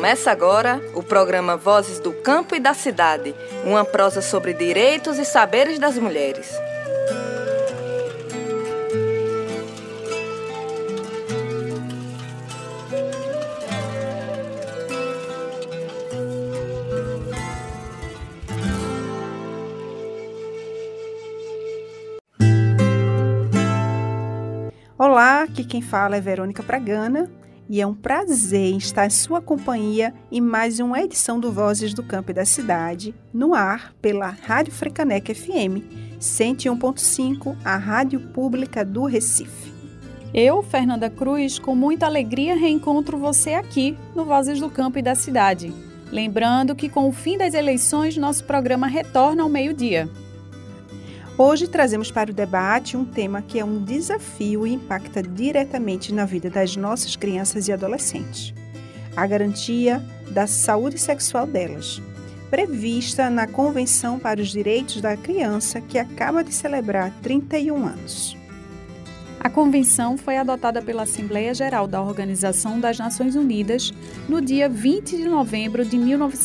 Começa agora o programa Vozes do Campo e da Cidade, uma prosa sobre direitos e saberes das mulheres. Olá, aqui quem fala é Verônica Pragana e é um prazer estar em sua companhia em mais uma edição do Vozes do Campo e da Cidade, no ar pela Rádio Frecaneca FM 101.5, a rádio pública do Recife. Eu, Fernanda Cruz, com muita alegria reencontro você aqui no Vozes do Campo e da Cidade. Lembrando que com o fim das eleições, nosso programa retorna ao meio-dia. Hoje trazemos para o debate um tema que é um desafio e impacta diretamente na vida das nossas crianças e adolescentes: a garantia da saúde sexual delas, prevista na Convenção para os Direitos da Criança, que acaba de celebrar 31 anos. A Convenção foi adotada pela Assembleia Geral da Organização das Nações Unidas no dia 20 de novembro de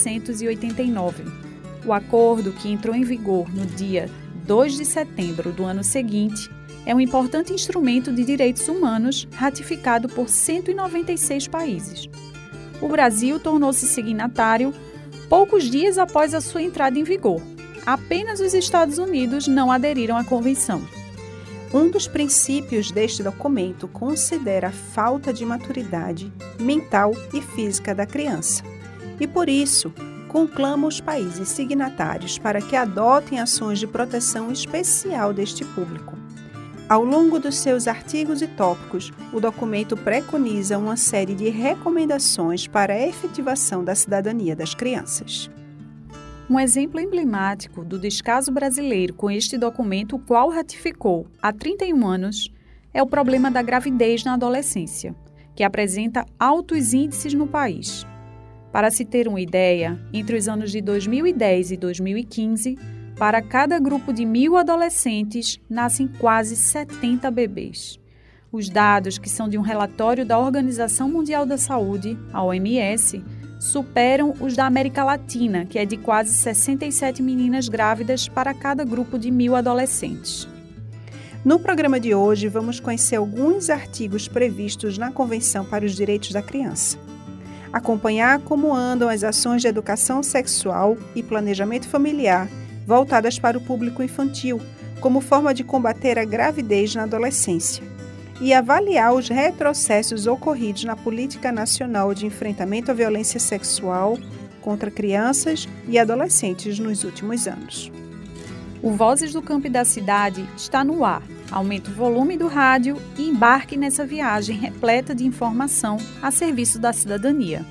1989. O acordo, que entrou em vigor no dia 2 de setembro do ano seguinte, é um importante instrumento de direitos humanos ratificado por 196 países. O Brasil tornou-se signatário poucos dias após a sua entrada em vigor. Apenas os Estados Unidos não aderiram à convenção. Um dos princípios deste documento considera a falta de maturidade mental e física da criança. E por isso, conclama os países signatários para que adotem ações de proteção especial deste público. Ao longo dos seus artigos e tópicos, o documento preconiza uma série de recomendações para a efetivação da cidadania das crianças. Um exemplo emblemático do descaso brasileiro com este documento, o qual ratificou há 31 anos, é o problema da gravidez na adolescência, que apresenta altos índices no país. Para se ter uma ideia, entre os anos de 2010 e 2015, para cada grupo de 1.000 adolescentes, nascem quase 70 bebês. Os dados, que são de um relatório da Organização Mundial da Saúde, a OMS, superam os da América Latina, que é de quase 67 meninas grávidas para cada grupo de 1.000 adolescentes. No programa de hoje, vamos conhecer alguns artigos previstos na Convenção para os Direitos da Criança. Acompanhar como andam as ações de educação sexual e planejamento familiar voltadas para o público infantil, como forma de combater a gravidez na adolescência, e avaliar os retrocessos ocorridos na Política Nacional de Enfrentamento à Violência Sexual contra crianças e adolescentes nos últimos anos. O Vozes do Campo e da Cidade está no ar. Aumente o volume do rádio e embarque nessa viagem repleta de informação a serviço da cidadania.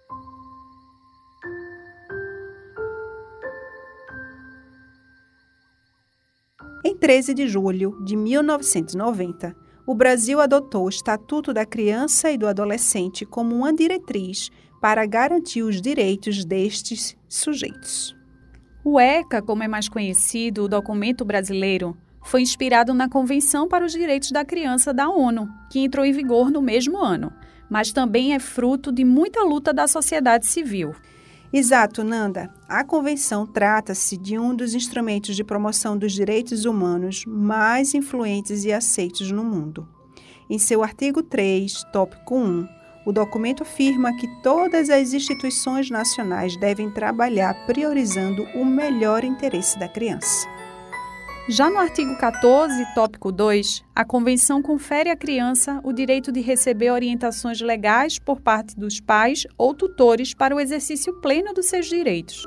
Em 13 de julho de 1990, o Brasil adotou o Estatuto da Criança e do Adolescente como uma diretriz para garantir os direitos destes sujeitos. O ECA, como é mais conhecido, o documento brasileiro, foi inspirado na Convenção para os Direitos da Criança da ONU, que entrou em vigor no mesmo ano, mas também é fruto de muita luta da sociedade civil. Exato, Nanda. A Convenção trata-se de um dos instrumentos de promoção dos direitos humanos mais influentes e aceitos no mundo. Em seu artigo 3, tópico 1, o documento afirma que todas as instituições nacionais devem trabalhar priorizando o melhor interesse da criança. Já no artigo 14, tópico 2, a Convenção confere à criança o direito de receber orientações legais por parte dos pais ou tutores para o exercício pleno dos seus direitos.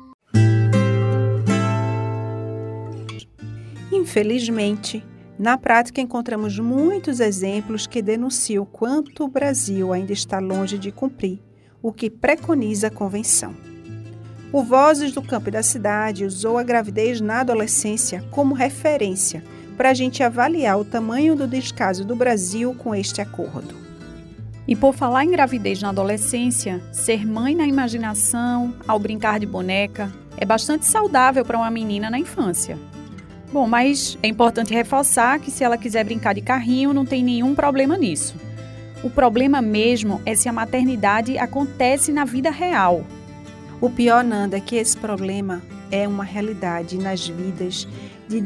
Infelizmente, na prática encontramos muitos exemplos que denunciam quanto o Brasil ainda está longe de cumprir o que preconiza a Convenção. O Vozes do Campo e da Cidade usou a gravidez na adolescência como referência para a gente avaliar o tamanho do descaso do Brasil com este acordo. E por falar em gravidez na adolescência, ser mãe na imaginação, ao brincar de boneca, é bastante saudável para uma menina na infância. Bom, mas é importante reforçar que se ela quiser brincar de carrinho, não tem nenhum problema nisso. O problema mesmo é se a maternidade acontece na vida real. O pior, Nanda, é que esse problema é uma realidade nas vidas de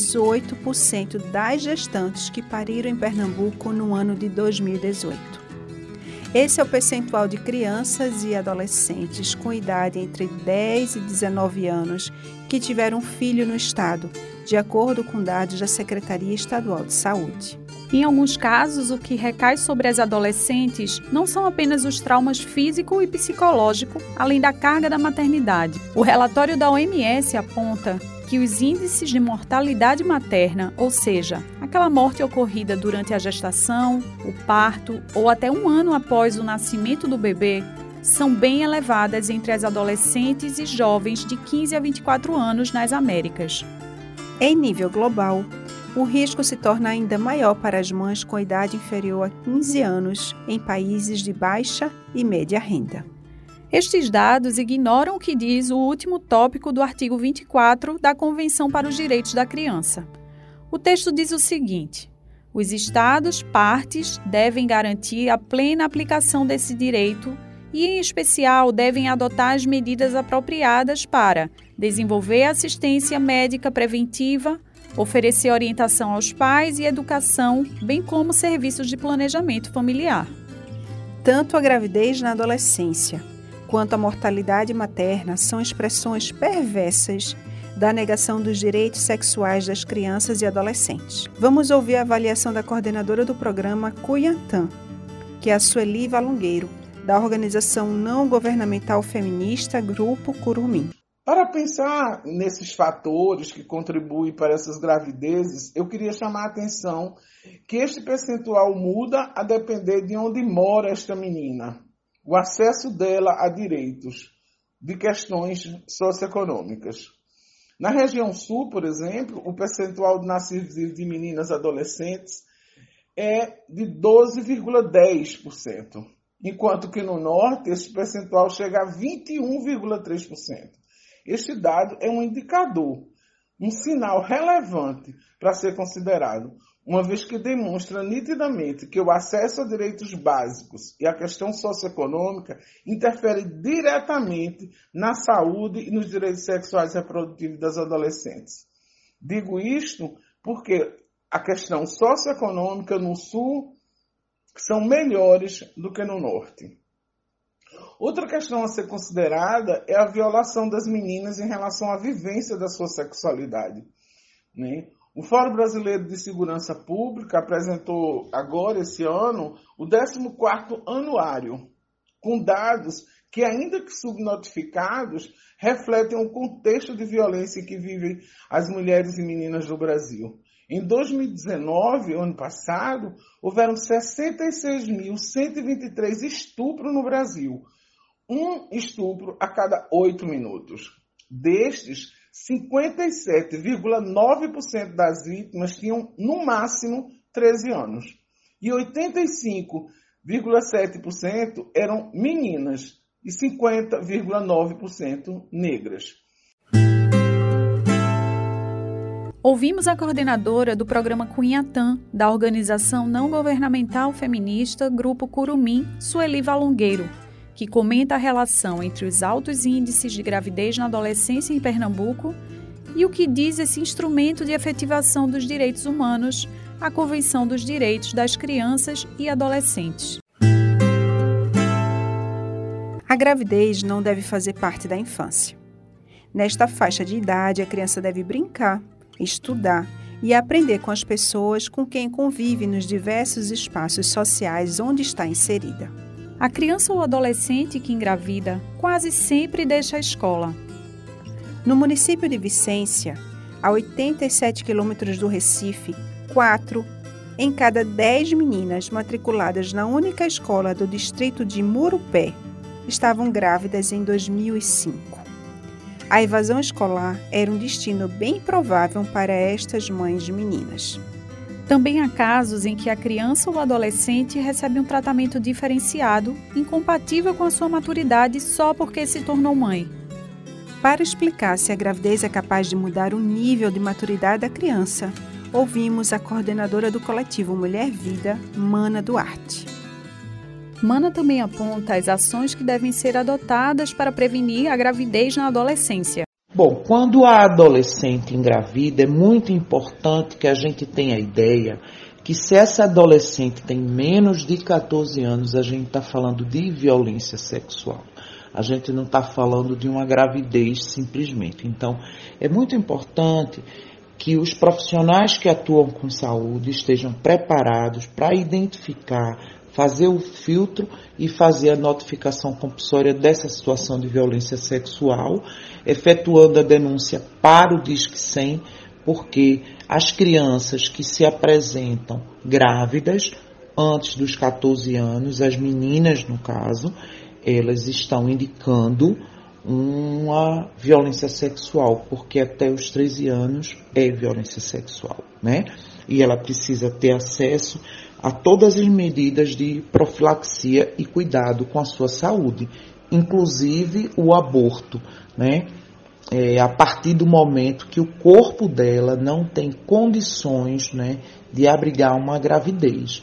18% das gestantes que pariram em Pernambuco no ano de 2018. Esse é o percentual de crianças e adolescentes com idade entre 10 e 19 anos que tiveram filho no estado, de acordo com dados da Secretaria Estadual de Saúde. Em alguns casos, o que recai sobre as adolescentes não são apenas os traumas físico e psicológico, além da carga da maternidade. O relatório da OMS aponta que os índices de mortalidade materna, ou seja, aquela morte ocorrida durante a gestação, o parto ou até um ano após o nascimento do bebê, são bem elevadas entre as adolescentes e jovens de 15 a 24 anos nas Américas. Em nível global, o risco se torna ainda maior para as mães com idade inferior a 15 anos em países de baixa e média renda. Estes dados ignoram o que diz o último tópico do artigo 24 da Convenção para os Direitos da Criança. O texto diz o seguinte: os Estados partes devem garantir a plena aplicação desse direito e, em especial, devem adotar as medidas apropriadas para desenvolver assistência médica preventiva, oferecer orientação aos pais e educação, bem como serviços de planejamento familiar. Tanto a gravidez na adolescência quanto a mortalidade materna são expressões perversas da negação dos direitos sexuais das crianças e adolescentes. Vamos ouvir a avaliação da coordenadora do programa Cuyantã, que é a Sueli Valongueiro, da organização não governamental feminista Grupo Curumim. Para pensar nesses fatores que contribuem para essas gravidezes, eu queria chamar a atenção que este percentual muda a depender de onde mora esta menina, o acesso dela a direitos, de questões socioeconômicas. Na região sul, por exemplo, o percentual de nascidos de meninas adolescentes é de 12,10%, enquanto que no norte esse percentual chega a 21,3%. Este dado é um indicador, um sinal relevante para ser considerado, uma vez que demonstra nitidamente que o acesso a direitos básicos e a questão socioeconômica interfere diretamente na saúde e nos direitos sexuais e reprodutivos das adolescentes. Digo isto porque a questão socioeconômica no sul são melhores do que no norte. Outra questão a ser considerada é a violação das meninas em relação à vivência da sua sexualidade, né? O Fórum Brasileiro de Segurança Pública apresentou agora, esse ano, o 14º anuário, com dados que, ainda que subnotificados, refletem o contexto de violência em que vivem as mulheres e meninas do Brasil. Em 2019, ano passado, houveram 66.123 estupros no Brasil. Um estupro a cada 8 minutos. Destes, 57,9% das vítimas tinham, no máximo, 13 anos. E 85,7% eram meninas e 50,9% negras. Ouvimos a coordenadora do programa Cunhatã, da organização não governamental feminista Grupo Curumim, Sueli Valongueiro, que comenta a relação entre os altos índices de gravidez na adolescência em Pernambuco e o que diz esse instrumento de efetivação dos direitos humanos, a Convenção dos Direitos das Crianças e Adolescentes. A gravidez não deve fazer parte da infância. Nesta faixa de idade, a criança deve brincar, estudar e aprender com as pessoas com quem convive nos diversos espaços sociais onde está inserida. A criança ou adolescente que engravida quase sempre deixa a escola. No município de Vicência, a 87 quilômetros do Recife, 4 em cada 10 meninas matriculadas na única escola do distrito de Murupé estavam grávidas em 2005. A evasão escolar era um destino bem provável para estas mães de meninas. Também há casos em que a criança ou adolescente recebe um tratamento diferenciado, incompatível com a sua maturidade só porque se tornou mãe. Para explicar se a gravidez é capaz de mudar o nível de maturidade da criança, ouvimos a coordenadora do coletivo Mulher Vida, Mana Duarte. Mana também aponta as ações que devem ser adotadas para prevenir a gravidez na adolescência. Bom, quando a adolescente engravida, é muito importante que a gente tenha a ideia que se essa adolescente tem menos de 14 anos, a gente está falando de violência sexual. A gente não está falando de uma gravidez simplesmente. Então, é muito importante que os profissionais que atuam com saúde estejam preparados para identificar, fazer o filtro e fazer a notificação compulsória dessa situação de violência sexual, efetuando a denúncia para o Disque 100, porque as crianças que se apresentam grávidas antes dos 14 anos, as meninas no caso, elas estão indicando uma violência sexual, porque até os 13 anos é violência sexual, né? E ela precisa ter acesso a todas as medidas de profilaxia e cuidado com a sua saúde, inclusive o aborto, né? A partir do momento que o corpo dela não tem condições, né, de abrigar uma gravidez.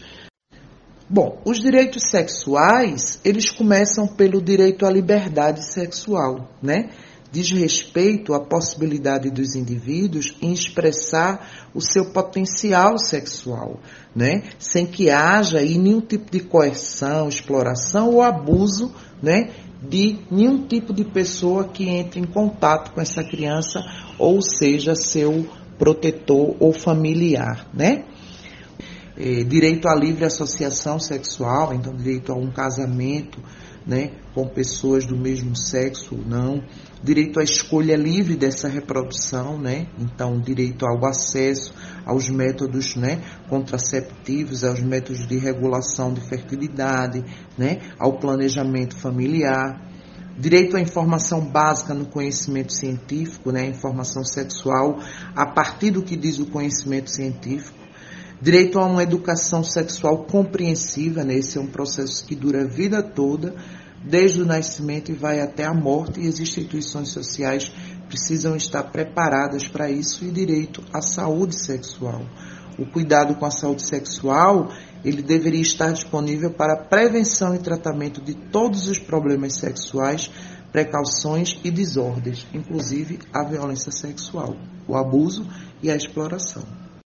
Bom, os direitos sexuais, eles começam pelo direito à liberdade sexual, né? Diz respeito à possibilidade dos indivíduos em expressar o seu potencial sexual, né? Sem que haja aí nenhum tipo de coerção, exploração ou abuso, né? De nenhum tipo de pessoa que entre em contato com essa criança, ou seja, seu protetor ou familiar, né? Direito à livre associação sexual, então direito a um casamento, né, com pessoas do mesmo sexo ou não, direito à escolha livre dessa reprodução, né, então direito ao acesso aos métodos, né, contraceptivos, aos métodos de regulação de fertilidade, né, ao planejamento familiar, direito à informação básica no conhecimento científico, né, informação sexual a partir do que diz o conhecimento científico, direito a uma educação sexual compreensiva, né? Esse é um processo que dura a vida toda, desde o nascimento e vai até a morte, e as instituições sociais precisam estar preparadas para isso, e direito à saúde sexual. O cuidado com a saúde sexual, ele deveria estar disponível para prevenção e tratamento de todos os problemas sexuais, precauções e desordens, inclusive a violência sexual, o abuso e a exploração.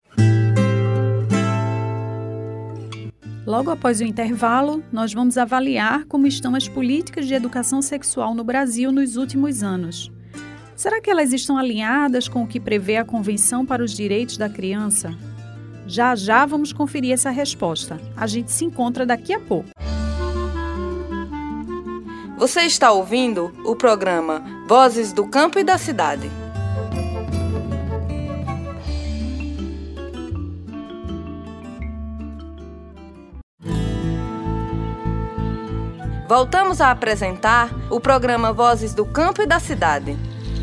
Logo após o intervalo, nós vamos avaliar como estão as políticas de educação sexual no Brasil nos últimos anos. Será que elas estão alinhadas com o que prevê a Convenção para os Direitos da Criança? Já já vamos conferir essa resposta. A gente se encontra daqui a pouco. Você está ouvindo o programa Vozes do Campo e da Cidade. Voltamos a apresentar o programa Vozes do Campo e da Cidade.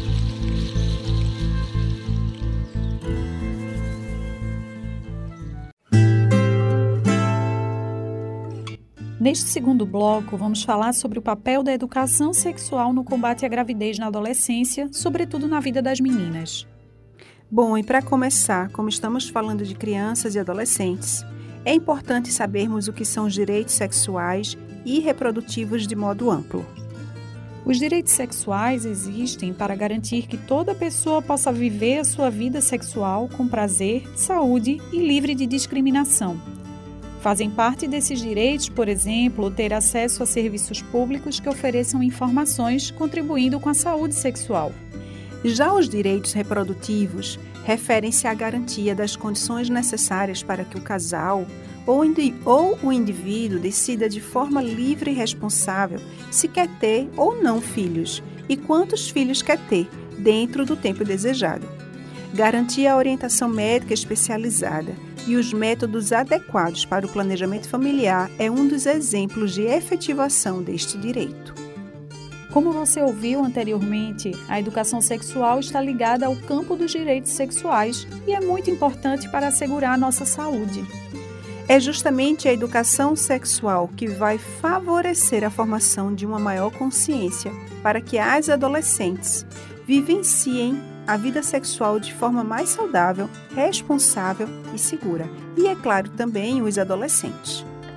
Neste segundo bloco, vamos falar sobre o papel da educação sexual no combate à gravidez na adolescência, sobretudo na vida das meninas. Bom, e para começar, como estamos falando de crianças e adolescentes, é importante sabermos o que são os direitos sexuais e reprodutivos de modo amplo. Os direitos sexuais existem para garantir que toda pessoa possa viver a sua vida sexual com prazer, saúde e livre de discriminação. Fazem parte desses direitos, por exemplo, ter acesso a serviços públicos que ofereçam informações contribuindo com a saúde sexual. Já os direitos reprodutivos referem-se à garantia das condições necessárias para que o casal ou o indivíduo decida de forma livre e responsável se quer ter ou não filhos e quantos filhos quer ter dentro do tempo desejado. Garantir a orientação médica especializada e os métodos adequados para o planejamento familiar é um dos exemplos de efetivação deste direito. Como você ouviu anteriormente, a educação sexual está ligada ao campo dos direitos sexuais e é muito importante para assegurar a nossa saúde. É justamente a educação sexual que vai favorecer a formação de uma maior consciência para que as adolescentes vivenciem a vida sexual de forma mais saudável, responsável e segura. E, é claro, também os adolescentes.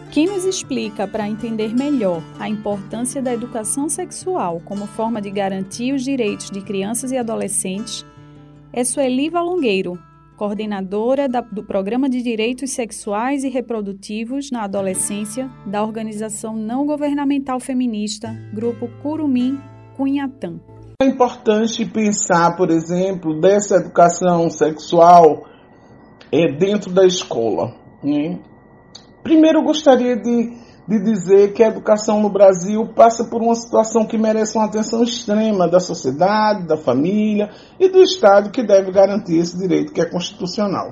Quem nos explica para entender melhor a importância da educação sexual como forma de garantir os direitos de crianças e adolescentes é Sueli Valongueiro, coordenadora do Programa de Direitos Sexuais e Reprodutivos na Adolescência da organização não governamental feminista Grupo Curumim Cunhatã. É importante pensar, por exemplo, dessa educação sexual dentro da escola, né? Primeiro, eu gostaria de dizer que a educação no Brasil passa por uma situação que merece uma atenção extrema da sociedade, da família e do Estado, que deve garantir esse direito que é constitucional.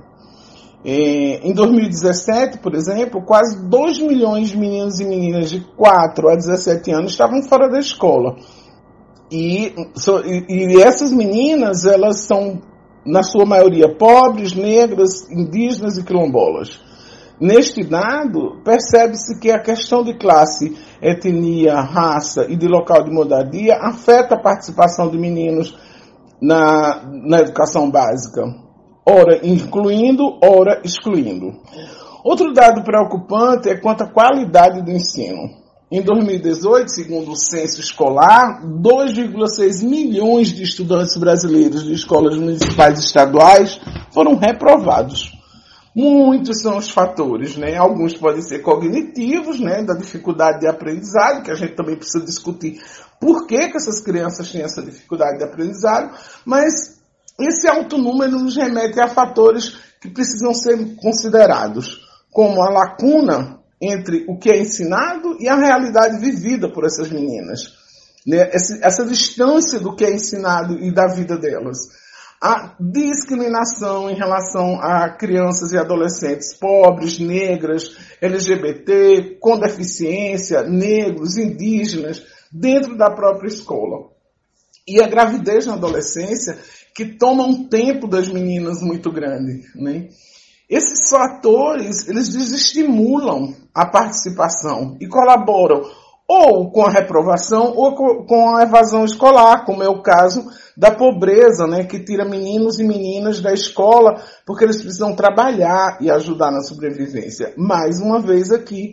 Em 2017, por exemplo, quase 2 milhões de meninos e meninas de 4 a 17 anos estavam fora da escola. E essas meninas, elas são, na sua maioria, pobres, negras, indígenas e quilombolas. Neste dado, percebe-se que a questão de classe, etnia, raça e de local de moradia afeta a participação de meninos na educação básica, ora incluindo, ora excluindo. Outro dado preocupante é quanto à qualidade do ensino. Em 2018, segundo o censo escolar, 2,6 milhões de estudantes brasileiros de escolas municipais e estaduais foram reprovados. Muitos são os fatores, né? Alguns podem ser cognitivos, né? Da dificuldade de aprendizado, que a gente também precisa discutir por que essas crianças têm essa dificuldade de aprendizado, mas esse alto número nos remete a fatores que precisam ser considerados, como a lacuna entre o que é ensinado e a realidade vivida por essas meninas, né? Essa distância do que é ensinado e da vida delas. A discriminação em relação a crianças e adolescentes pobres, negras, LGBT, com deficiência, negros, indígenas, dentro da própria escola. E a gravidez na adolescência, que toma um tempo das meninas muito grande, né? Esses fatores, eles desestimulam a participação e colaboram ou com a reprovação ou com a evasão escolar, como é o caso da pobreza, né, que tira meninos e meninas da escola porque eles precisam trabalhar e ajudar na sobrevivência. Mais uma vez aqui,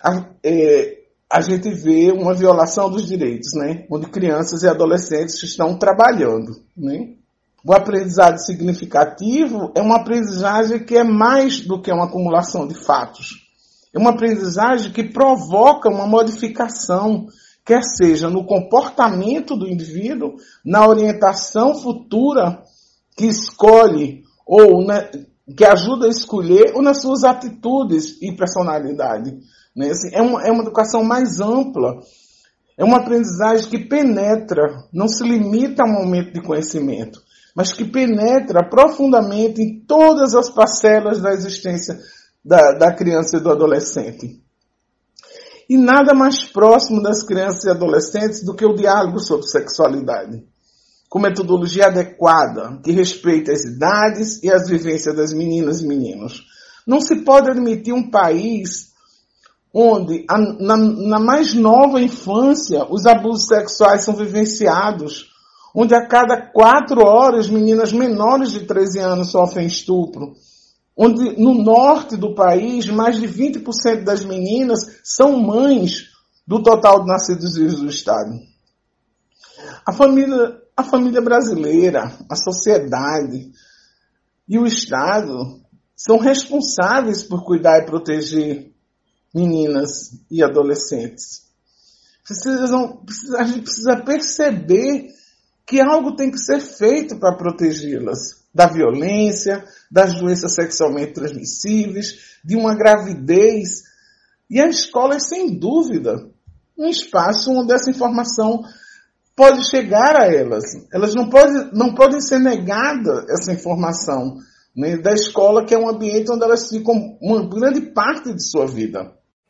a gente vê uma violação dos direitos, né, onde crianças e adolescentes estão trabalhando, né. O aprendizado significativo é uma aprendizagem que é mais do que uma acumulação de fatos. É uma aprendizagem que provoca uma modificação, quer seja no comportamento do indivíduo, na orientação futura que escolhe ou que ajuda a escolher, ou nas suas atitudes e personalidade. Né? Assim, é uma educação mais ampla. É uma aprendizagem que penetra, não se limita a um momento de conhecimento, mas que penetra profundamente em todas as parcelas da existência da criança e do adolescente. E nada mais próximo das crianças e adolescentes do que o diálogo sobre sexualidade, com metodologia adequada, que respeita as idades e as vivências das meninas e meninos. Não se pode admitir um país onde, na mais nova infância, os abusos sexuais são vivenciados, onde a cada 4 horas meninas menores de 13 anos sofrem estupro, onde no norte do país mais de 20% das meninas são mães do total de nascidos vivos do Estado. A família brasileira, a sociedade e o Estado são responsáveis por cuidar e proteger meninas e adolescentes. A gente precisa perceber que algo tem que ser feito para protegê-las da violência, das doenças sexualmente transmissíveis, de uma gravidez. E a escola é, sem dúvida, um espaço onde essa informação pode chegar a elas. Elas não podem ser negadas essa informação, né, da escola, que é um ambiente onde elas ficam uma grande parte de sua vida.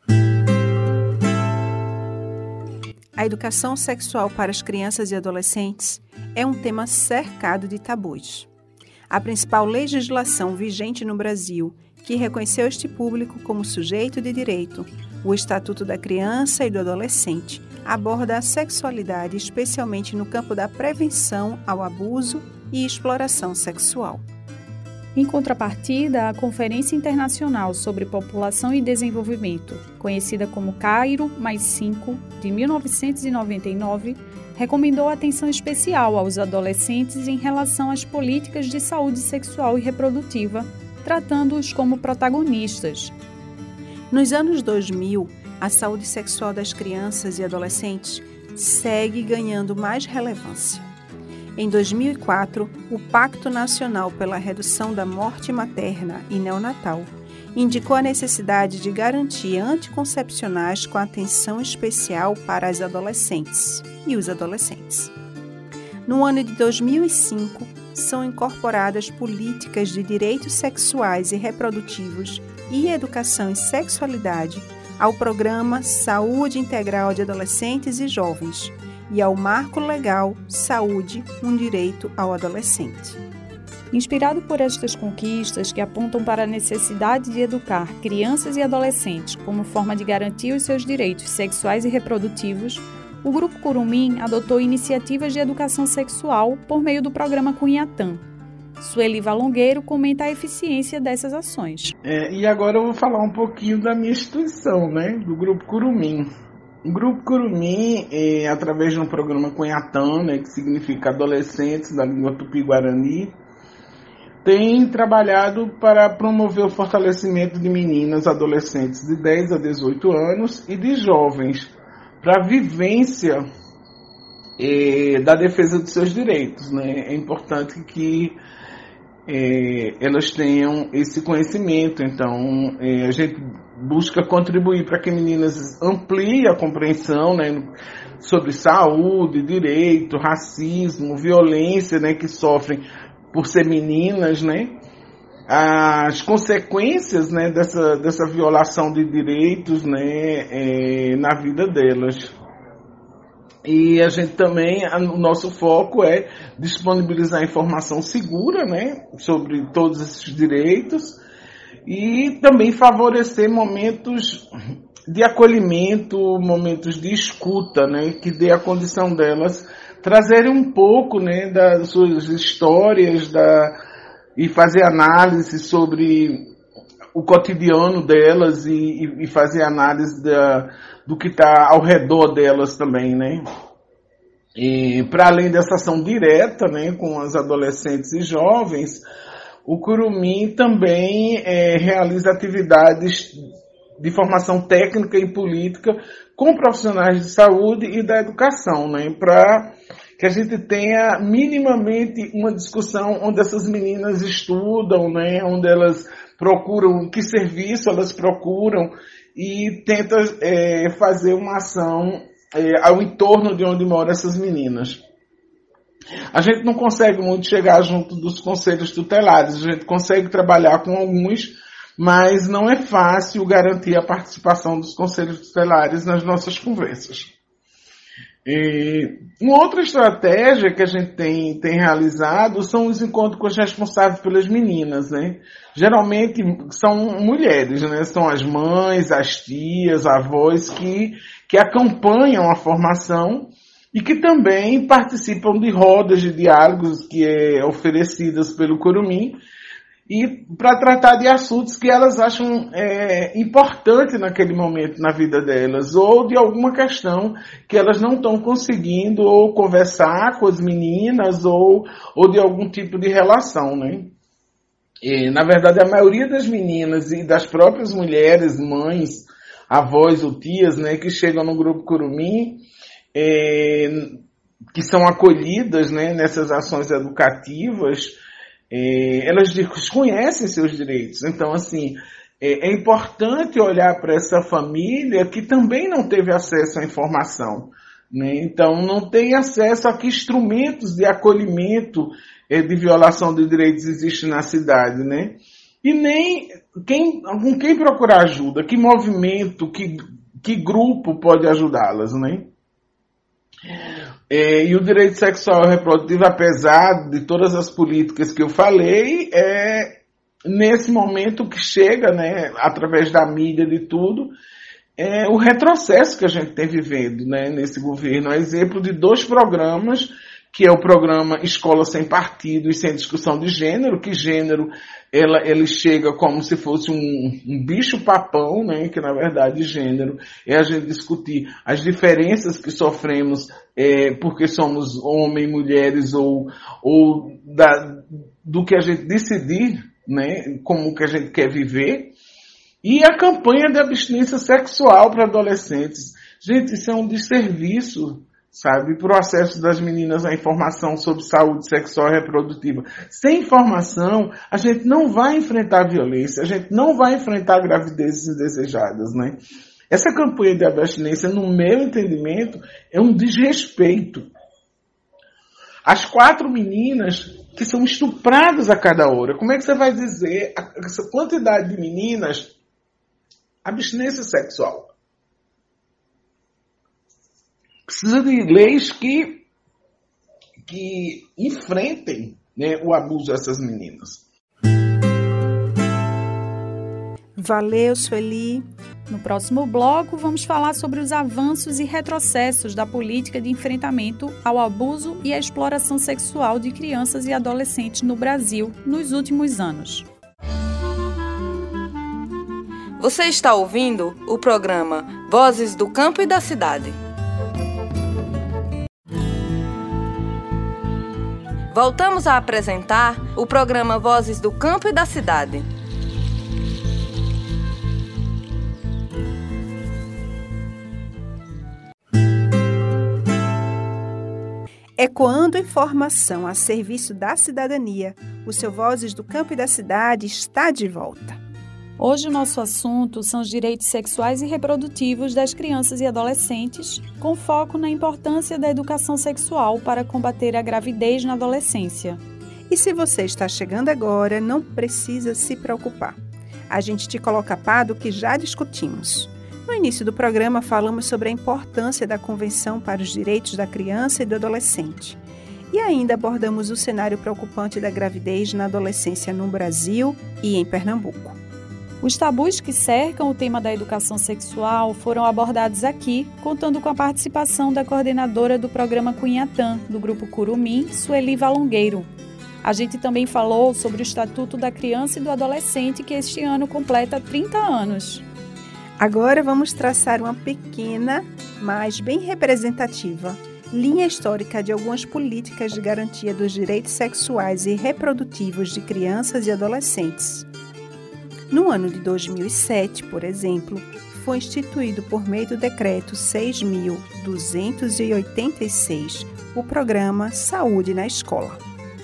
A educação sexual para as crianças e adolescentes é um tema cercado de tabus. A principal legislação vigente no Brasil, que reconheceu este público como sujeito de direito, o Estatuto da Criança e do Adolescente, aborda a sexualidade especialmente no campo da prevenção ao abuso e exploração sexual. Em contrapartida, a Conferência Internacional sobre População e Desenvolvimento, conhecida como Cairo +5, de 1999, recomendou atenção especial aos adolescentes em relação às políticas de saúde sexual e reprodutiva, tratando-os como protagonistas. Nos anos 2000, a saúde sexual das crianças e adolescentes segue ganhando mais relevância. Em 2004, o Pacto Nacional pela Redução da Morte Materna e Neonatal indicou a necessidade de garantir anticoncepcionais com atenção especial para as adolescentes e os adolescentes. No ano de 2005, são incorporadas políticas de direitos sexuais e reprodutivos e educação em sexualidade ao Programa Saúde Integral de Adolescentes e Jovens e ao Marco Legal Saúde, um Direito ao Adolescente. Inspirado por estas conquistas que apontam para a necessidade de educar crianças e adolescentes como forma de garantir os seus direitos sexuais e reprodutivos, o Grupo Curumim adotou iniciativas de educação sexual por meio do programa Cunhatã. Sueli Valongueiro comenta a eficiência dessas ações. E agora eu vou falar um pouquinho da minha instituição, do Grupo Curumim. O Grupo Curumim, através de um programa Cunhatã, que significa Adolescentes da Língua Tupi-Guarani, tem trabalhado para promover o fortalecimento de meninas adolescentes de 10 a 18 anos e de jovens para a vivência da defesa dos seus direitos. É importante que elas tenham esse conhecimento. Então, a gente busca contribuir para que meninas ampliem a compreensão sobre saúde, direito, racismo, violência que sofrem por ser meninas, as consequências dessa violação de direitos na vida delas. E a gente também, o nosso foco é disponibilizar informação segura sobre todos esses direitos e também favorecer momentos de acolhimento, momentos de escuta, que dê a condição delas trazerem um pouco das suas histórias e fazer análise sobre o cotidiano delas e fazer análise do que está ao redor delas também, E para além dessa ação direta, com as adolescentes e jovens, o Curumim também realiza atividades de formação técnica e política com profissionais de saúde e da educação, para que a gente tenha minimamente uma discussão onde essas meninas estudam, onde elas procuram, que serviço elas procuram e tenta fazer uma ação ao entorno de onde moram essas meninas. A gente não consegue muito chegar junto dos conselhos tutelares, a gente consegue trabalhar com alguns, mas não é fácil garantir a participação dos conselhos tutelares nas nossas conversas. Uma outra estratégia que a gente tem realizado são os encontros com os responsáveis pelas meninas, Geralmente são mulheres, São as mães, as tias, avós que acompanham a formação e que também participam de rodas de diálogos que oferecidas pelo Curumim e para tratar de assuntos que elas acham importante naquele momento na vida delas, ou de alguma questão que elas não estão conseguindo ou conversar com as meninas, ou de algum tipo de relação, E, na verdade, a maioria das meninas e das próprias mulheres, mães, avós ou tias, que chegam no Grupo Curumim, que são acolhidas, nessas ações educativas, elas desconhecem seus direitos. Então, assim, é importante olhar para essa família que também não teve acesso à informação, Então, não tem acesso a que instrumentos de acolhimento de violação de direitos existem na cidade, E nem com quem procurar ajuda, que movimento, que grupo pode ajudá-las, E o direito sexual e reprodutivo, apesar de todas as políticas que eu falei, nesse momento que chega, através da mídia, de tudo, o retrocesso que a gente tem vivendo, nesse governo. É exemplo de 2 programas que é o programa Escola Sem Partido e Sem Discussão de Gênero, que gênero ele chega como se fosse um bicho-papão, né? Que na verdade gênero é a gente discutir as diferenças que sofremos porque somos homens, mulheres ou do que a gente decidir, né? Como que a gente quer viver. E a campanha de abstinência sexual para adolescentes. Gente, isso é um desserviço, sabe, para o acesso das meninas à informação sobre saúde sexual e reprodutiva. Sem informação, a gente não vai enfrentar violência, a gente não vai enfrentar gravidezes indesejadas, né? Essa campanha de abstinência, no meu entendimento, é um desrespeito. As 4 meninas que são estupradas a cada hora, como é que você vai dizer essa quantidade de meninas abstinência sexual? Precisa de leis que enfrentem, né, o abuso dessas meninas. Valeu, Sueli. No próximo bloco, vamos falar sobre os avanços e retrocessos da política de enfrentamento ao abuso e à exploração sexual de crianças e adolescentes no Brasil nos últimos anos. Você está ouvindo o programa Vozes do Campo e da Cidade. Voltamos a apresentar o programa Vozes do Campo e da Cidade. Ecoando informação a serviço da cidadania, o seu Vozes do Campo e da Cidade está de volta. Hoje o nosso assunto são os direitos sexuais e reprodutivos das crianças e adolescentes, com foco na importância da educação sexual para combater a gravidez na adolescência. E se você está chegando agora, não precisa se preocupar. A gente te coloca a par do que já discutimos. No início do programa, falamos sobre a importância da Convenção para os Direitos da Criança e do Adolescente. E ainda abordamos o cenário preocupante da gravidez na adolescência no Brasil e em Pernambuco. Os tabus que cercam o tema da educação sexual foram abordados aqui, contando com a participação da coordenadora do programa Cunhatã, do Grupo Curumim, Sueli Valongueiro. A gente também falou sobre o Estatuto da Criança e do Adolescente, que este ano completa 30 anos. Agora vamos traçar uma pequena, mas bem representativa, linha histórica de algumas políticas de garantia dos direitos sexuais e reprodutivos de crianças e adolescentes. No ano de 2007, por exemplo, foi instituído por meio do Decreto 6.286 o programa Saúde na Escola.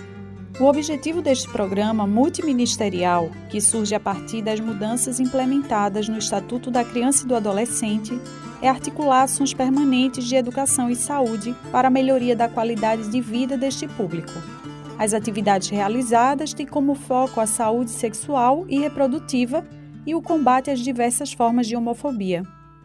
O objetivo deste programa multiministerial, que surge a partir das mudanças implementadas no Estatuto da Criança e do Adolescente, é articular ações permanentes de educação e saúde para a melhoria da qualidade de vida deste público. As atividades realizadas têm como foco a saúde sexual e reprodutiva e o combate às diversas formas de homofobia.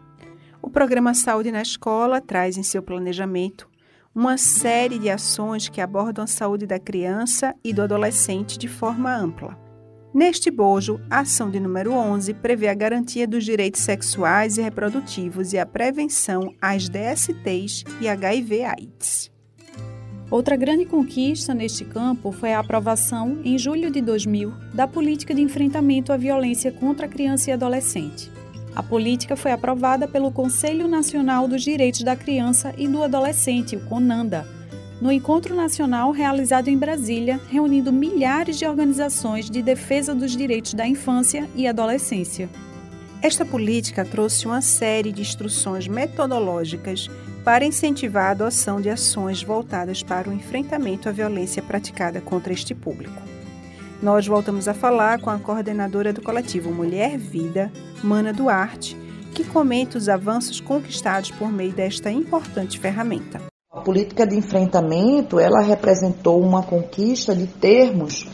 O programa Saúde na Escola traz em seu planejamento uma série de ações que abordam a saúde da criança e do adolescente de forma ampla. Neste bojo, a ação de número 11 prevê a garantia dos direitos sexuais e reprodutivos e a prevenção às DSTs e HIV/AIDS. Outra grande conquista neste campo foi a aprovação, em julho de 2000, da Política de Enfrentamento à Violência contra a Criança e Adolescente. A política foi aprovada pelo Conselho Nacional dos Direitos da Criança e do Adolescente, o CONANDA, no Encontro Nacional realizado em Brasília, reunindo milhares de organizações de defesa dos direitos da infância e adolescência. Esta política trouxe uma série de instruções metodológicas para incentivar a adoção de ações voltadas para o enfrentamento à violência praticada contra este público. Nós voltamos a falar com a coordenadora do coletivo Mulher Vida, Mana Duarte, que comenta os avanços conquistados por meio desta importante ferramenta. A política de enfrentamento, ela representou uma conquista de termos,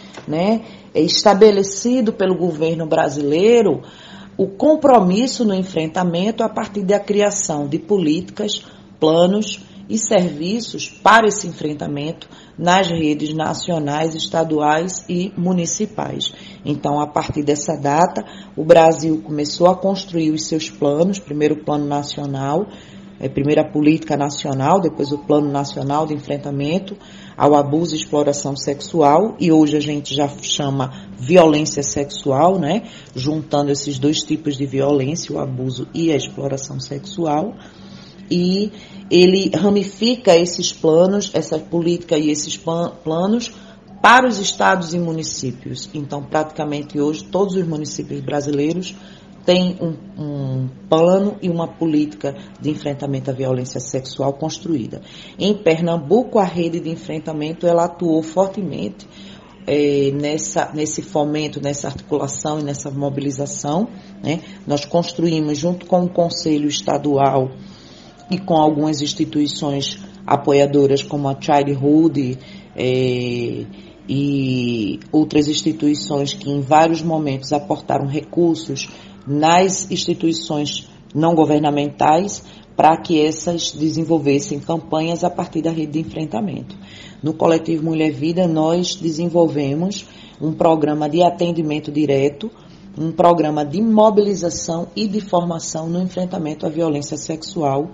estabelecido pelo governo brasileiro, o compromisso no enfrentamento a partir da criação de políticas, planos e serviços para esse enfrentamento nas redes nacionais, estaduais e municipais. Então, a partir dessa data, o Brasil começou a construir os seus planos, primeiro o Plano Nacional primeiro a política nacional, depois o Plano Nacional de Enfrentamento ao Abuso e Exploração Sexual, e hoje a gente já chama violência sexual, né? Juntando esses dois tipos de violência, o abuso e a exploração sexual. E ele ramifica esses planos, essa política e esses planos para os estados e municípios. Então, praticamente hoje, todos os municípios brasileiros têm um plano e uma política de enfrentamento à violência sexual construída. Em Pernambuco, a rede de enfrentamento ela atuou fortemente nesse fomento, nessa articulação e nessa mobilização, né? Nós construímos, junto com o Conselho Estadual e com algumas instituições apoiadoras, como a Childhood e outras instituições que em vários momentos aportaram recursos nas instituições não governamentais para que essas desenvolvessem campanhas a partir da rede de enfrentamento. No Coletivo Mulher Vida, nós desenvolvemos um programa de atendimento direto, um programa de mobilização e de formação no enfrentamento à violência sexual,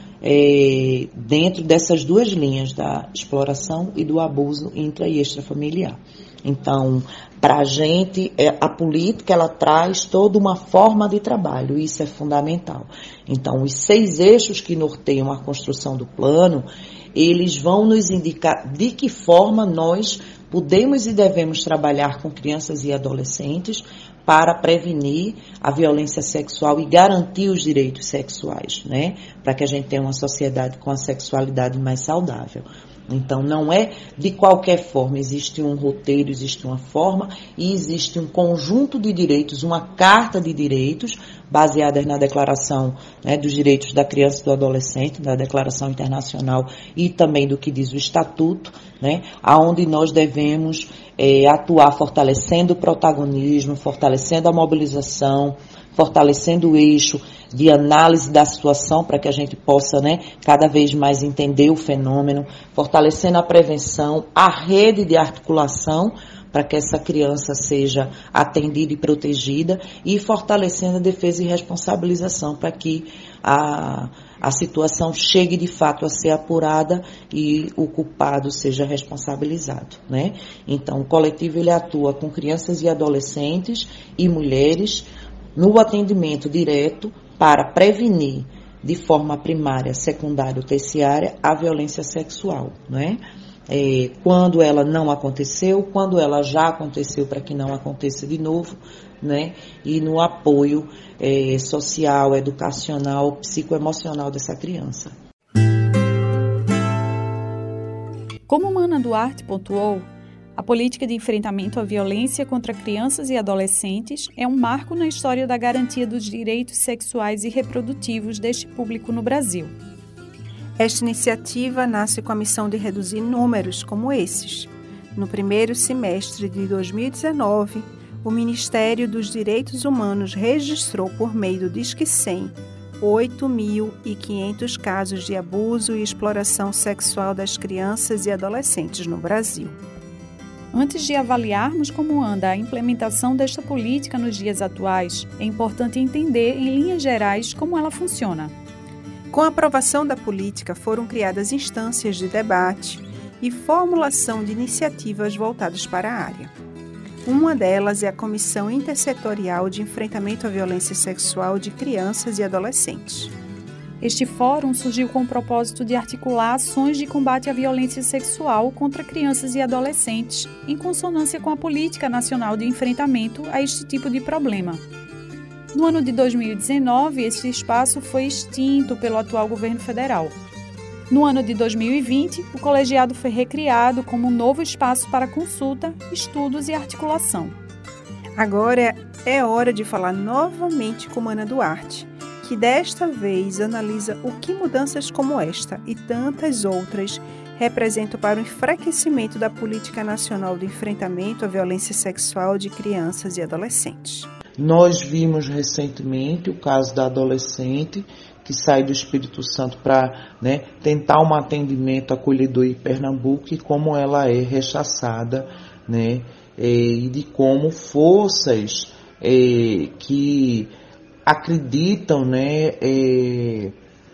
dentro dessas duas linhas, da exploração e do abuso intra e extrafamiliar. Então, para a gente, a política ela traz toda uma forma de trabalho, isso é fundamental. Então, os 6 eixos que norteiam a construção do plano, eles vão nos indicar de que forma nós podemos e devemos trabalhar com crianças e adolescentes para prevenir a violência sexual e garantir os direitos sexuais, né? Para que a gente tenha uma sociedade com a sexualidade mais saudável. Então, não é de qualquer forma, existe um roteiro, existe uma forma e existe um conjunto de direitos, uma carta de direitos baseadas na Declaração, né, dos Direitos da Criança e do Adolescente, da Declaração Internacional e também do que diz o Estatuto, né, aonde nós devemos atuar fortalecendo o protagonismo, fortalecendo a mobilização, fortalecendo o eixo de análise da situação para que a gente possa, né, cada vez mais entender o fenômeno, fortalecendo a prevenção, a rede de articulação para que essa criança seja atendida e protegida e fortalecendo a defesa e responsabilização para que a situação chegue de fato a ser apurada e o culpado seja responsabilizado, né? Então, o coletivo ele atua com crianças e adolescentes e mulheres no atendimento direto para prevenir de forma primária, secundária ou terciária a violência sexual, né? Quando ela não aconteceu, quando ela já aconteceu para que não aconteça de novo, né? E no apoio social, educacional, psicoemocional dessa criança. Como Ana Duarte pontuou, a política de enfrentamento à violência contra crianças e adolescentes é um marco na história da garantia dos direitos sexuais e reprodutivos deste público no Brasil. Esta iniciativa nasce com a missão de reduzir números como esses. No primeiro semestre de 2019, o Ministério dos Direitos Humanos registrou por meio do Disque 100 8.500 casos de abuso e exploração sexual das crianças e adolescentes no Brasil. Antes de avaliarmos como anda a implementação desta política nos dias atuais, é importante entender, em linhas gerais, como ela funciona. Com a aprovação da política, foram criadas instâncias de debate e formulação de iniciativas voltadas para a área. Uma delas é a Comissão Intersetorial de Enfrentamento à Violência Sexual de Crianças e Adolescentes. Este fórum surgiu com o propósito de articular ações de combate à violência sexual contra crianças e adolescentes, em consonância com a Política Nacional de Enfrentamento a este tipo de problema. No ano de 2019, este espaço foi extinto pelo atual governo federal. No ano de 2020, o colegiado foi recriado como um novo espaço para consulta, estudos e articulação. Agora é hora de falar novamente com Ana Duarte, que desta vez analisa o que mudanças como esta e tantas outras representam para o enfraquecimento da Política Nacional de Enfrentamento à Violência Sexual de Crianças e Adolescentes. Nós vimos recentemente o caso da adolescente que sai do Espírito Santo para, né, tentar um atendimento acolhedor em Pernambuco e como ela é rechaçada, né, e de como forças que acreditam, né,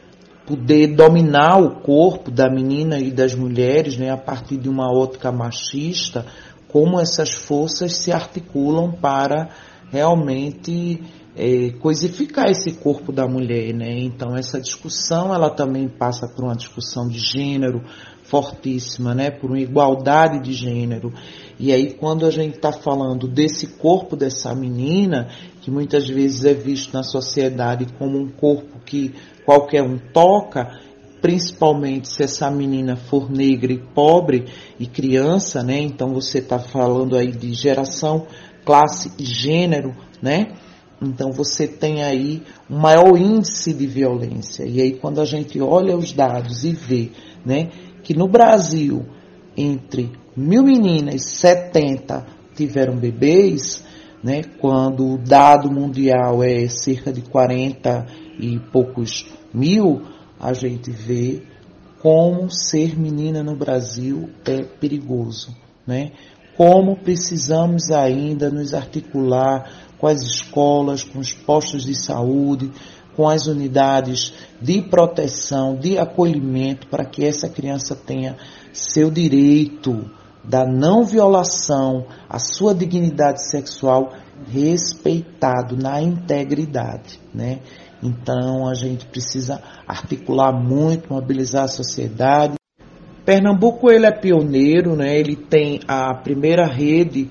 poder dominar o corpo da menina e das mulheres, né, a partir de uma ótica machista, como essas forças se articulam para realmente coisificar esse corpo da mulher, né? Então essa discussão ela também passa por uma discussão de gênero fortíssima, né? Por uma igualdade de gênero. E aí quando a gente está falando desse corpo dessa menina, que muitas vezes é visto na sociedade como um corpo que qualquer um toca, principalmente se essa menina for negra e pobre e criança, né? Então você está falando aí de geração, classe e gênero, né? Então você tem aí um maior índice de violência. E aí quando a gente olha os dados e vê, né, que no Brasil, entre 1.000 meninas, 70 tiveram bebês, né, quando o dado mundial é cerca de 40 e poucos mil, a gente vê como ser menina no Brasil é perigoso, né? Como precisamos ainda nos articular com as escolas, com os postos de saúde, com as unidades de proteção, de acolhimento, para que essa criança tenha seu direito da não violação, a sua dignidade sexual respeitado na integridade, né? Então a gente precisa articular muito, mobilizar a sociedade. Pernambuco ele é pioneiro, né? Ele tem a primeira rede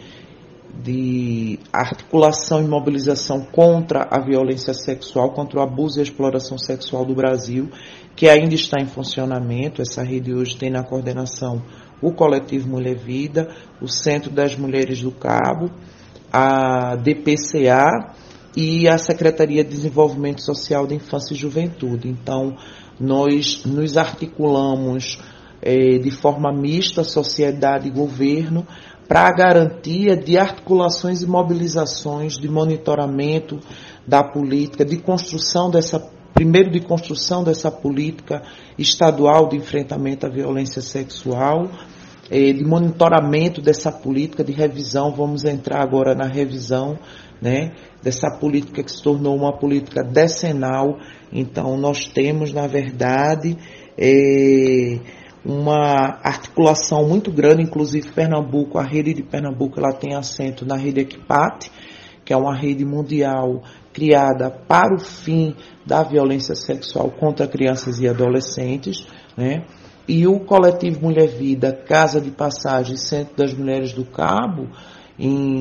de articulação e mobilização contra a violência sexual, contra o abuso e a exploração sexual do Brasil, que ainda está em funcionamento. Essa rede hoje tem na coordenação o Coletivo Mulher Vida, o Centro das Mulheres do Cabo, a DPCA e a Secretaria de Desenvolvimento Social da Infância e Juventude. Então, nós nos articulamos de forma mista, sociedade e governo, para a garantia de articulações e mobilizações, de monitoramento da política, de construção dessa política estadual de enfrentamento à violência sexual, de monitoramento dessa política, de revisão. Vamos entrar agora na revisão, né, dessa política que se tornou uma política decenal. Então nós temos, na verdade, uma articulação muito grande, inclusive Pernambuco, a rede de Pernambuco, ela tem assento na rede Equipate, que é uma rede mundial criada para o fim da violência sexual contra crianças e adolescentes, né? E o Coletivo Mulher Vida, Casa de Passagem, Centro das Mulheres do Cabo, em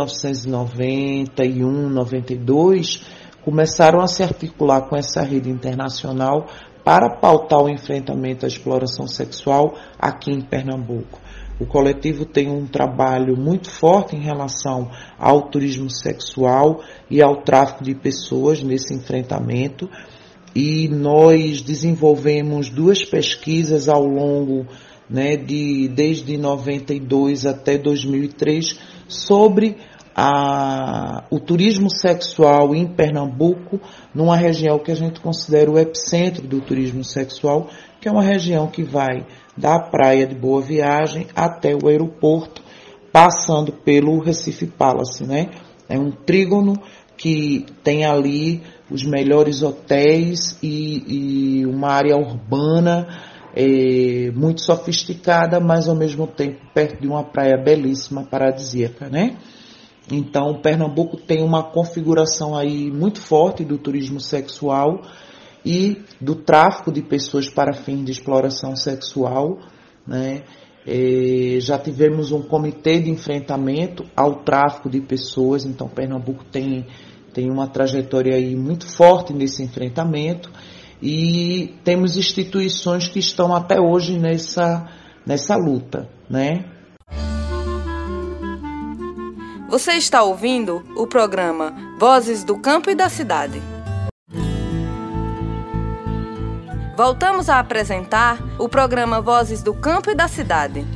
1991, 92, começaram a se articular com essa rede internacional para pautar o enfrentamento à exploração sexual aqui em Pernambuco. O coletivo tem um trabalho muito forte em relação ao turismo sexual e ao tráfico de pessoas nesse enfrentamento, e nós desenvolvemos 2 pesquisas ao longo, né, desde 92 até 2003 sobre o turismo sexual em Pernambuco, numa região que a gente considera o epicentro do turismo sexual, que é uma região que vai da praia de Boa Viagem até o aeroporto, passando pelo Recife Palace, né? É um trígono que tem ali os melhores hotéis e uma área urbana muito sofisticada, mas ao mesmo tempo perto de uma praia belíssima, paradisíaca, né? Então, Pernambuco tem uma configuração aí muito forte do turismo sexual e do tráfico de pessoas para fins de exploração sexual, né? Já tivemos um comitê de enfrentamento ao tráfico de pessoas, então Pernambuco tem uma trajetória aí muito forte nesse enfrentamento, e temos instituições que estão até hoje nessa luta, né? Você está ouvindo o programa Vozes do Campo e da Cidade. Voltamos a apresentar o programa Vozes do Campo e da Cidade.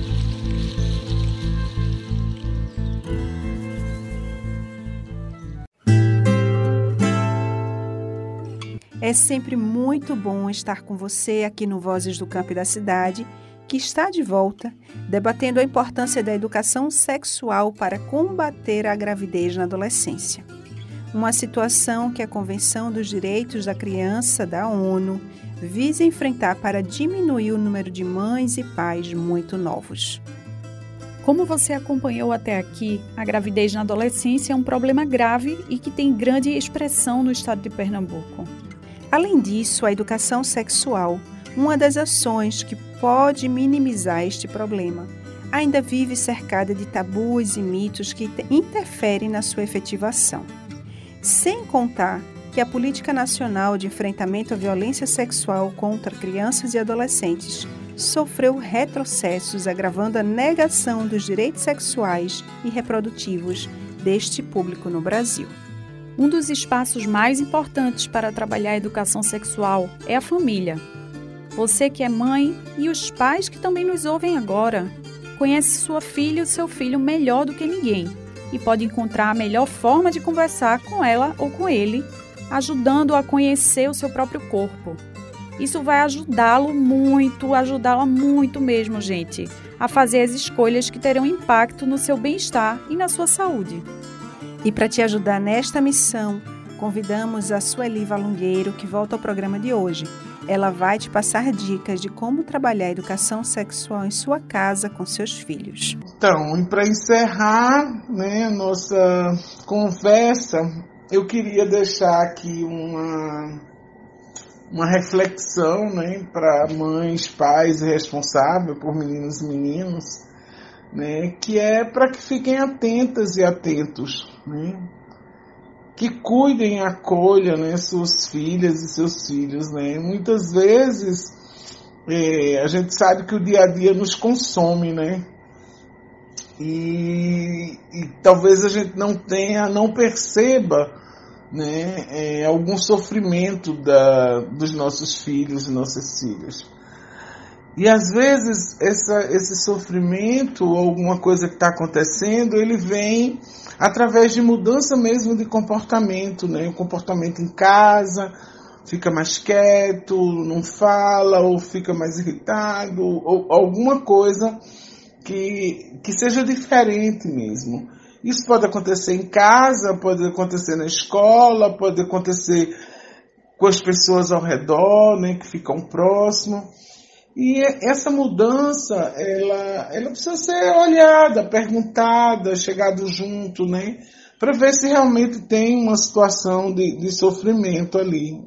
É sempre muito bom estar com você aqui no Vozes do Campo e da Cidade, que está de volta, debatendo a importância da educação sexual para combater a gravidez na adolescência. uma situação que a Convenção dos Direitos da Criança da ONU visa enfrentar para diminuir o número de mães e pais muito novos. Como você acompanhou até aqui, a gravidez na adolescência é um problema grave e que tem grande expressão no estado de Pernambuco. Além disso, a educação sexual, uma das ações que pode minimizar este problema, ainda vive cercada de tabus e mitos que interferem na sua efetivação. Sem contar que a Política Nacional de Enfrentamento à Violência Sexual contra Crianças e Adolescentes sofreu retrocessos, agravando a negação dos direitos sexuais e reprodutivos deste público no Brasil. Um dos espaços mais importantes para trabalhar a educação sexual é a família. Você que é mãe e os pais que também nos ouvem agora, conhece sua filha e seu filho melhor do que ninguém e pode encontrar a melhor forma de conversar com ela ou com ele, ajudando-o a conhecer o seu próprio corpo. Isso vai ajudá-la muito mesmo, gente, a fazer as escolhas que terão impacto no seu bem-estar e na sua saúde. E para te ajudar nesta missão, convidamos a Sueli Valungueiro, que volta ao programa de hoje. Ela vai te passar dicas de como trabalhar a educação sexual em sua casa com seus filhos. Então, e para encerrar, a nossa conversa, eu queria deixar aqui uma reflexão, para mães, pais e responsáveis por meninos e meninas, que é para que fiquem atentas e atentos, que cuidem e acolham, suas filhas e seus filhos, Muitas vezes a gente sabe que o dia a dia nos consome, E talvez a gente não perceba, algum sofrimento dos nossos filhos e nossas filhas. E às vezes esse sofrimento, ou alguma coisa que está acontecendo, ele vem através de mudança mesmo de comportamento, O comportamento em casa, fica mais quieto, não fala, ou fica mais irritado, ou alguma coisa que seja diferente mesmo. Isso pode acontecer em casa, pode acontecer na escola, pode acontecer com as pessoas ao redor, que ficam próximo. E essa mudança, ela precisa ser olhada, perguntada, chegado junto, para ver se realmente tem uma situação de sofrimento ali,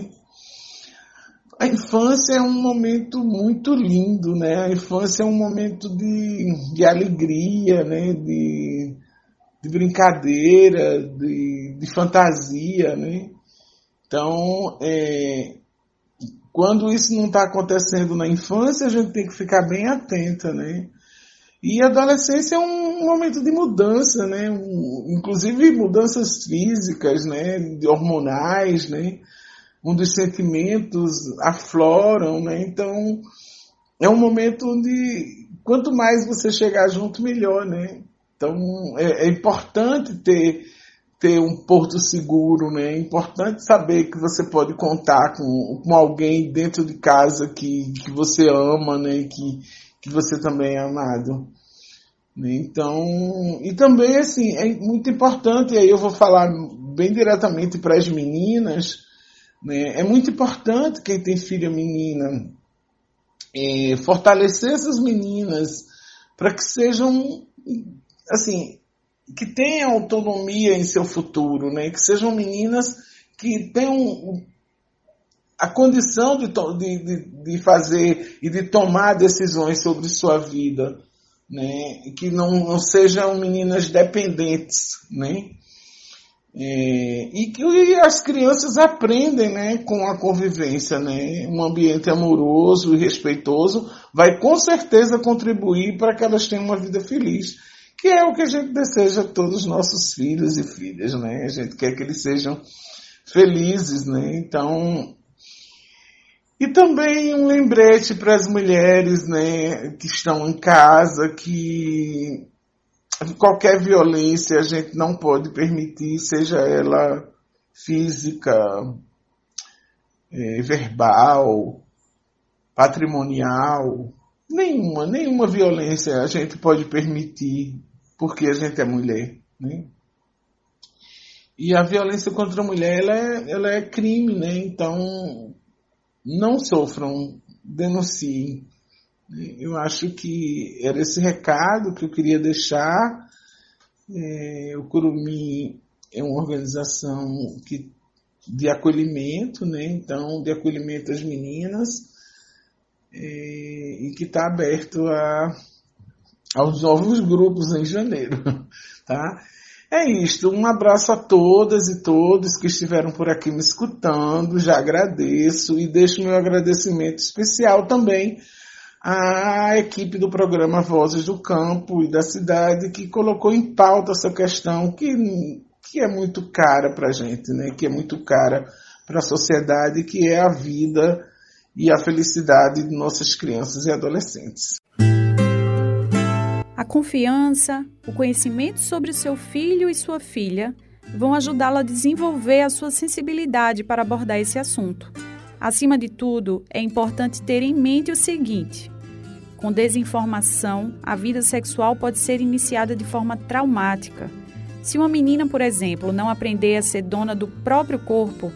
A infância é um momento muito lindo, A infância é um momento de alegria, de brincadeira, de fantasia, Então, quando isso não está acontecendo na infância, a gente tem que ficar bem atenta, E a adolescência é um momento de mudança, Inclusive mudanças físicas, hormonais, onde os sentimentos afloram, Então, é um momento onde, quanto mais você chegar junto, melhor, Então, é importante ter um porto seguro, É importante saber que você pode contar com alguém dentro de casa que você ama, que você também é amado. Então, e também, assim, é muito importante, e aí eu vou falar bem diretamente para as meninas, é muito importante quem tem filha menina, fortalecer essas meninas para que sejam, assim, que tenham autonomia em seu futuro, que sejam meninas que tenham a condição de fazer e de tomar decisões sobre sua vida, que não sejam meninas dependentes, e que as crianças aprendem, com a convivência, um ambiente amoroso e respeitoso vai com certeza contribuir para que elas tenham uma vida feliz, que é o que a gente deseja a todos os nossos filhos e filhas, A gente quer que eles sejam felizes, Então, e também um lembrete para as mulheres, que estão em casa, que qualquer violência a gente não pode permitir, seja ela física, verbal, patrimonial, nenhuma violência a gente pode permitir porque a gente é mulher, E a violência contra a mulher, ela é crime, né? Então, não sofram, denunciem. Eu acho que era esse recado que eu queria deixar. O Curumim é uma organização de acolhimento, né? Então, de acolhimento às meninas, e que está aberto aos novos grupos em janeiro, tá? É isto, um abraço a todas e todos que estiveram por aqui me escutando, já agradeço e deixo meu agradecimento especial também à equipe do programa Vozes do Campo e da Cidade, que colocou em pauta essa questão que é muito cara para a gente, né? Que é muito cara para a sociedade, que é a vida e a felicidade de nossas crianças e adolescentes. A confiança, o conhecimento sobre seu filho e sua filha vão ajudá-lo a desenvolver a sua sensibilidade para abordar esse assunto. Acima de tudo, é importante ter em mente o seguinte: com desinformação, a vida sexual pode ser iniciada de forma traumática. Se uma menina, por exemplo, não aprender a ser dona do próprio corpo,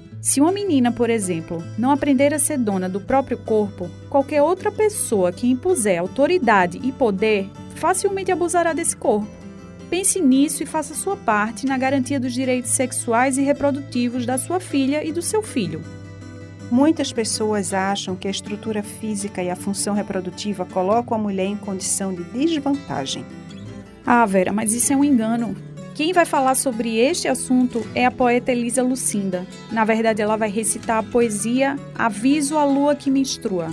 qualquer outra pessoa que impuser autoridade e poder facilmente abusará desse corpo. Pense nisso e faça sua parte na garantia dos direitos sexuais e reprodutivos da sua filha e do seu filho. Muitas pessoas acham que a estrutura física e a função reprodutiva colocam a mulher em condição de desvantagem. Ah, Vera, mas isso é um engano. Quem vai falar sobre este assunto é a poeta Elisa Lucinda. Na verdade, ela vai recitar a poesia Aviso à Lua que Menstrua.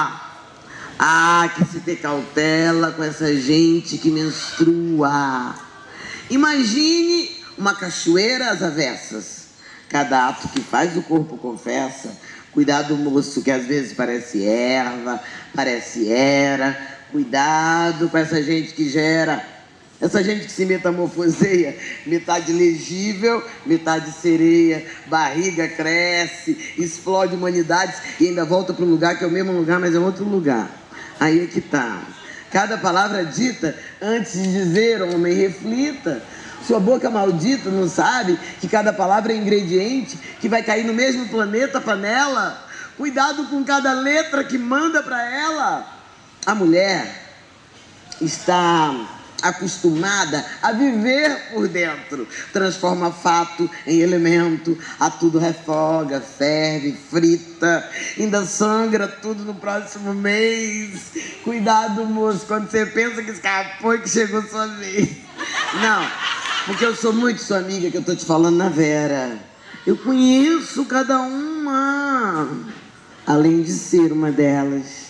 Que se ter cautela com essa gente que menstrua. Imagine uma cachoeira às avessas. Cada ato que faz o corpo confessa. Cuidado, moço, que às vezes parece erva, parece era. Cuidado com essa gente que gera. Essa gente que se metamorfoseia, metade legível, metade sereia, barriga cresce, explode humanidades e ainda volta para um lugar que é o mesmo lugar, mas é outro lugar. Aí é que tá. Cada palavra dita, antes de dizer, homem, reflita. Sua boca maldita não sabe que cada palavra é ingrediente que vai cair no mesmo planeta, panela? Cuidado com cada letra que manda para ela. A mulher está acostumada a viver por dentro, transforma fato em elemento, a tudo refoga, ferve, frita, ainda sangra tudo no próximo mês. Cuidado, moço, quando você pensa que escapou e que chegou sua vez. Não, porque eu sou muito sua amiga, que eu tô te falando na Vera. Eu conheço cada uma, além de ser uma delas.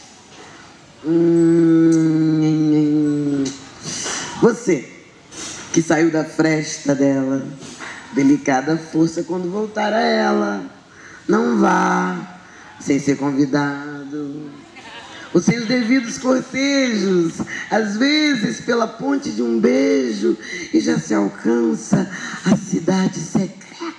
Você, que saiu da fresta dela, delicada força quando voltar a ela. Não vá sem ser convidado, ou sem os devidos cortejos, às vezes pela ponte de um beijo, e já se alcança a cidade secreta,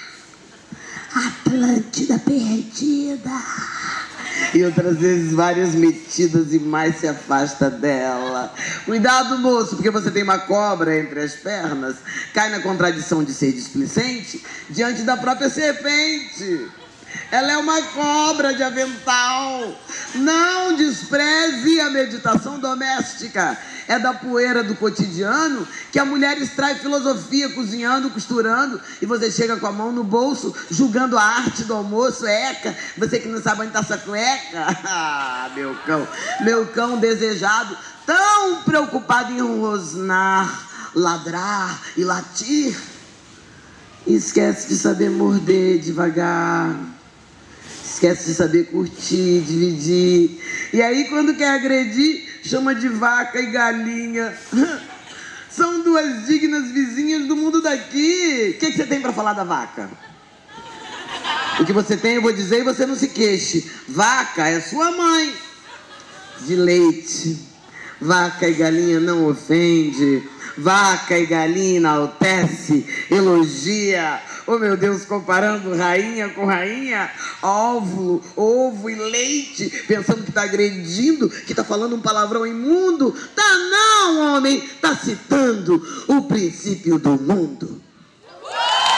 Atlântida perdida. E outras vezes várias metidas e mais se afasta dela. Cuidado, moço, porque você tem uma cobra entre as pernas. Cai na contradição de ser displicente diante da própria serpente. Ela é uma cobra de avental. Não despreze a meditação doméstica. É da poeira do cotidiano que a mulher extrai filosofia, cozinhando, costurando, e você chega com a mão no bolso, julgando a arte do almoço. Eca, você que não sabe onde está essa cueca. Meu cão desejado, tão preocupado em rosnar, ladrar e latir, esquece de saber morder devagar. Esquece de saber curtir, dividir. E aí, quando quer agredir, chama de vaca e galinha. São duas dignas vizinhas do mundo daqui. O que você tem para falar da vaca? O que você tem eu vou dizer e você não se queixe. Vaca é sua mãe de leite. Vaca e galinha não ofende. Vaca e galinha enaltece, elogia. Oh, meu Deus, comparando rainha com rainha, óvulo, ovo e leite, pensando que está agredindo, que está falando um palavrão imundo. Tá não, homem, tá citando o princípio do mundo.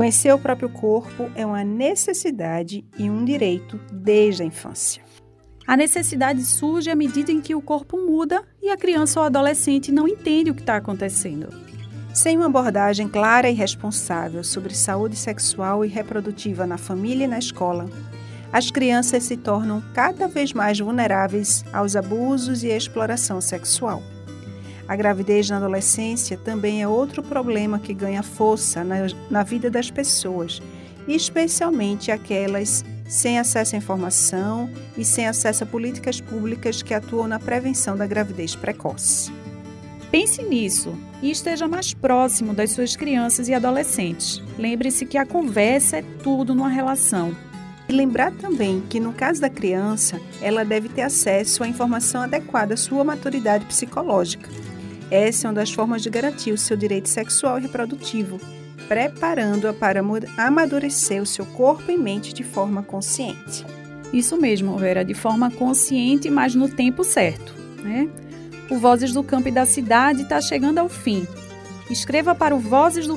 Conhecer o próprio corpo é uma necessidade e um direito desde a infância. A necessidade surge à medida em que o corpo muda e a criança ou adolescente não entende o que está acontecendo. Sem uma abordagem clara e responsável sobre saúde sexual e reprodutiva na família e na escola, as crianças se tornam cada vez mais vulneráveis aos abusos e à exploração sexual. A gravidez na adolescência também é outro problema que ganha força na vida das pessoas, especialmente aquelas sem acesso à informação e sem acesso a políticas públicas que atuam na prevenção da gravidez precoce. Pense nisso e esteja mais próximo das suas crianças e adolescentes. Lembre-se que a conversa é tudo numa relação. E lembrar também que, no caso da criança, ela deve ter acesso à informação adequada à sua maturidade psicológica. Essa é uma das formas de garantir o seu direito sexual e reprodutivo, preparando-a para amadurecer o seu corpo e mente de forma consciente. Isso mesmo, Vera, de forma consciente, mas no tempo certo, né? O Vozes do Campo e da Cidade está chegando ao fim. Escreva para o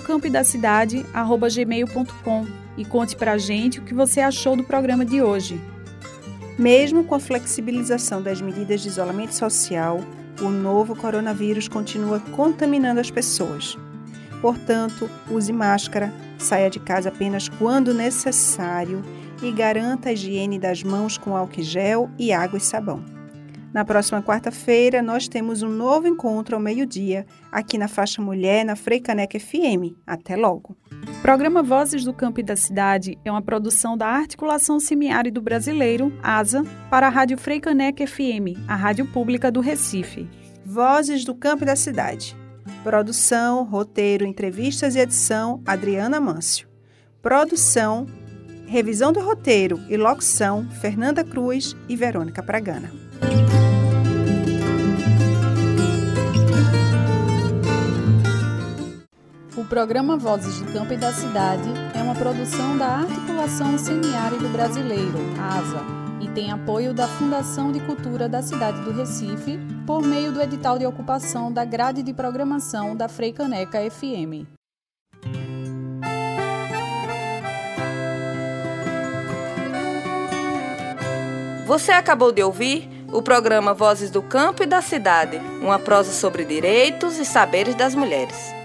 vozesdocampiodacidade@gmail.com e conte para a gente o que você achou do programa de hoje. Mesmo com a flexibilização das medidas de isolamento social, o novo coronavírus continua contaminando as pessoas. Portanto, use máscara, saia de casa apenas quando necessário e garanta a higiene das mãos com álcool gel e água e sabão. Na próxima quarta-feira, nós temos um novo encontro ao meio-dia, aqui na Faixa Mulher, na Freicaneca FM. Até logo! O programa Vozes do Campo e da Cidade é uma produção da Articulação Semiárido Brasileiro, ASA, para a Rádio Freicaneca FM, a rádio pública do Recife. Vozes do Campo e da Cidade. Produção, roteiro, entrevistas e edição, Adriana Mâncio. Produção, revisão do roteiro e locução, Fernanda Cruz e Verônica Pragana. O programa Vozes do Campo e da Cidade é uma produção da Articulação Semiárido Brasileiro, ASA, e tem apoio da Fundação de Cultura da cidade do Recife, por meio do edital de ocupação da grade de programação da Freicaneca FM. Você acabou de ouvir o programa Vozes do Campo e da Cidade, uma prosa sobre direitos e saberes das mulheres.